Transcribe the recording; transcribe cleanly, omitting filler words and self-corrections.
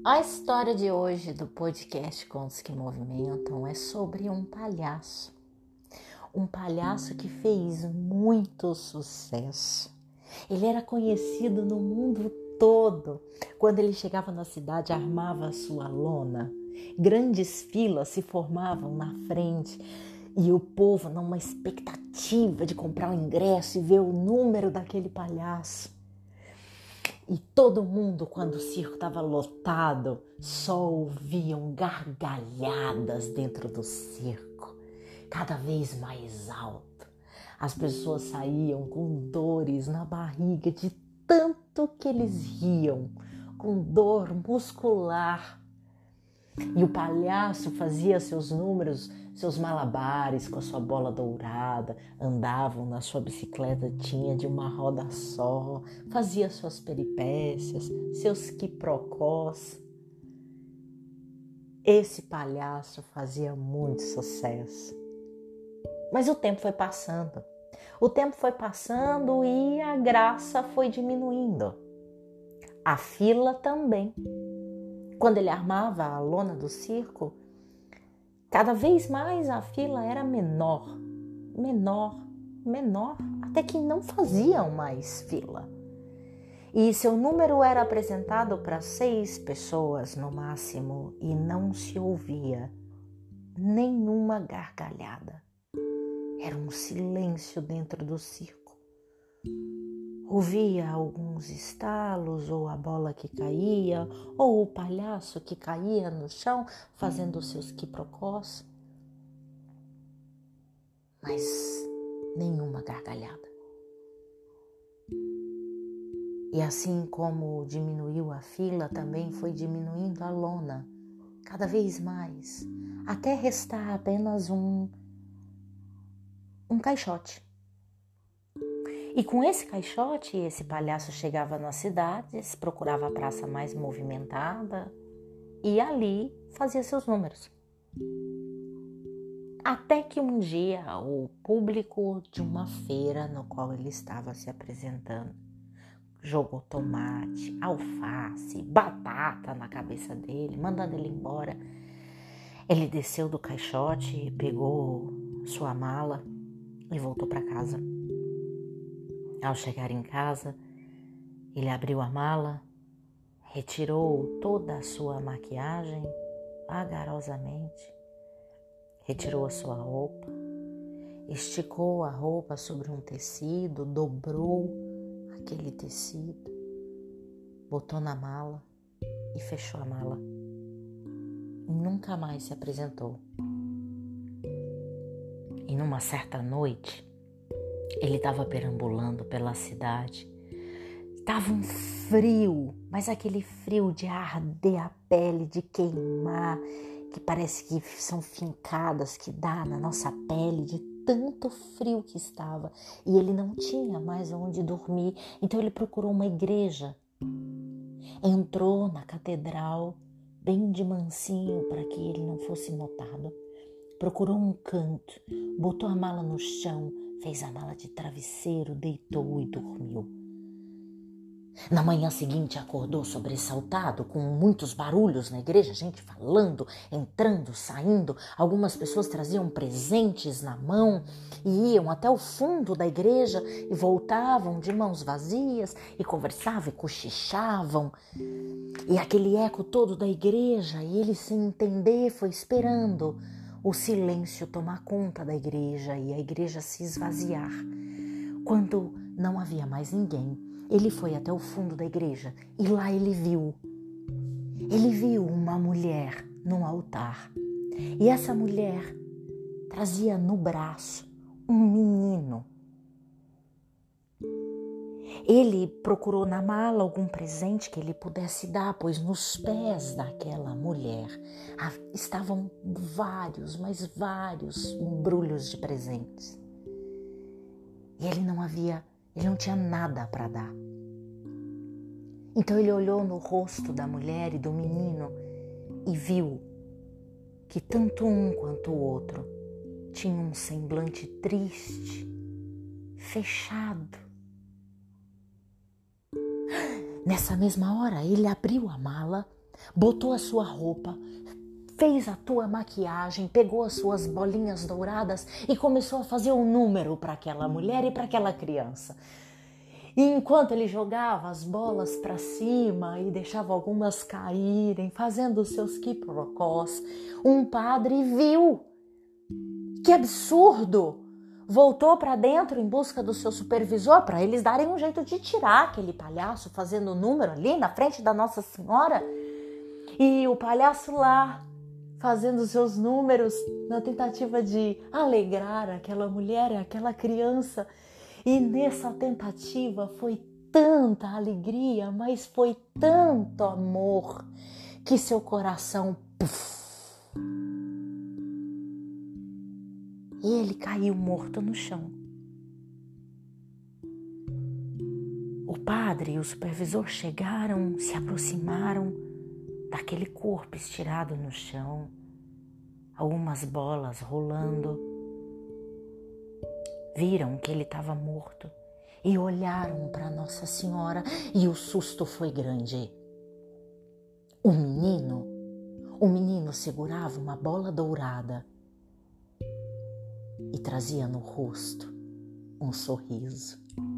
A história de hoje do podcast Contos que Movimentam é sobre um palhaço. Um palhaço que fez muito sucesso. Ele era conhecido no mundo todo. Quando ele chegava na cidade, armava a sua lona. Grandes filas se formavam na frente e o povo, numa expectativa de comprar o ingresso e ver o número daquele palhaço. E todo mundo, quando o circo estava lotado, só ouviam gargalhadas dentro do circo, cada vez mais alto. As pessoas saíam com dores na barriga de tanto que eles riam, com dor muscular. E o palhaço fazia seus números, seus malabares com a sua bola dourada, andavam na sua bicicleta, tinha de uma roda só, fazia suas peripécias, seus quiprocós. Esse palhaço fazia muito sucesso. Mas o tempo foi passando. O tempo foi passando e a graça foi diminuindo. A fila também. Quando ele armava a lona do circo, cada vez mais a fila era menor, até que não faziam mais fila. E seu número era apresentado para 6 pessoas no máximo e não se ouvia nenhuma gargalhada. Era um silêncio dentro do circo. Ouvia alguns estalos, ou a bola que caía, ou o palhaço que caía no chão fazendo seus quiprocós. Mas nenhuma gargalhada. E assim como diminuiu a fila, também foi diminuindo a lona, cada vez mais, até restar apenas um caixote. E com esse caixote, esse palhaço chegava nas cidades, procurava a praça mais movimentada e ali fazia seus números. Até que um dia o público de uma feira no qual ele estava se apresentando jogou tomate, alface, batata na cabeça dele, mandando ele embora. Ele desceu do caixote, pegou sua mala e voltou para casa. Ao chegar em casa, ele abriu a mala, retirou toda a sua maquiagem vagarosamente, retirou a sua roupa, esticou a roupa sobre um tecido, dobrou aquele tecido, botou na mala e fechou a mala. E nunca mais se apresentou. E numa certa noite, ele estava perambulando pela cidade. Estava um frio, mas aquele frio de arder a pele, de queimar, que parece que são fincadas que dá na nossa pele, de tanto frio que estava. E ele não tinha mais onde dormir, então ele procurou uma igreja. Entrou na catedral, bem de mansinho para que ele não fosse notado. Procurou um canto, botou a mala no chão, fez a mala de travesseiro, deitou e dormiu. Na manhã seguinte acordou sobressaltado, com muitos barulhos na igreja, gente falando, entrando, saindo. Algumas pessoas traziam presentes na mão e iam até o fundo da igreja e voltavam de mãos vazias e conversavam e cochichavam. E aquele eco todo da igreja, e ele sem entender foi esperando o silêncio tomar conta da igreja e a igreja se esvaziar. Quando não havia mais ninguém, ele foi até o fundo da igreja e lá ele viu uma mulher no altar. E essa mulher trazia no braço um menino. Ele procurou na mala algum presente que ele pudesse dar, pois nos pés daquela mulher estavam vários embrulhos de presentes. E ele não tinha nada para dar. Então ele olhou no rosto da mulher e do menino e viu que tanto um quanto o outro tinham um semblante triste, fechado. Nessa mesma hora, ele abriu a mala, botou a sua roupa, fez a tua maquiagem, pegou as suas bolinhas douradas e começou a fazer um número para aquela mulher e para aquela criança. E enquanto ele jogava as bolas para cima e deixava algumas caírem, fazendo os seus quiprocós, um padre viu. Que absurdo! Voltou para dentro em busca do seu supervisor para eles darem um jeito de tirar aquele palhaço fazendo o número ali na frente da Nossa Senhora. E o palhaço lá fazendo os seus números na tentativa de alegrar aquela mulher, aquela criança. E nessa tentativa foi tanta alegria, mas foi tanto amor que seu coração e ele caiu morto no chão. O padre e o supervisor chegaram, se aproximaram daquele corpo estirado no chão, algumas bolas rolando. Viram que ele estava morto e olharam para Nossa Senhora e o susto foi grande. O menino segurava uma bola dourada e trazia no rosto um sorriso.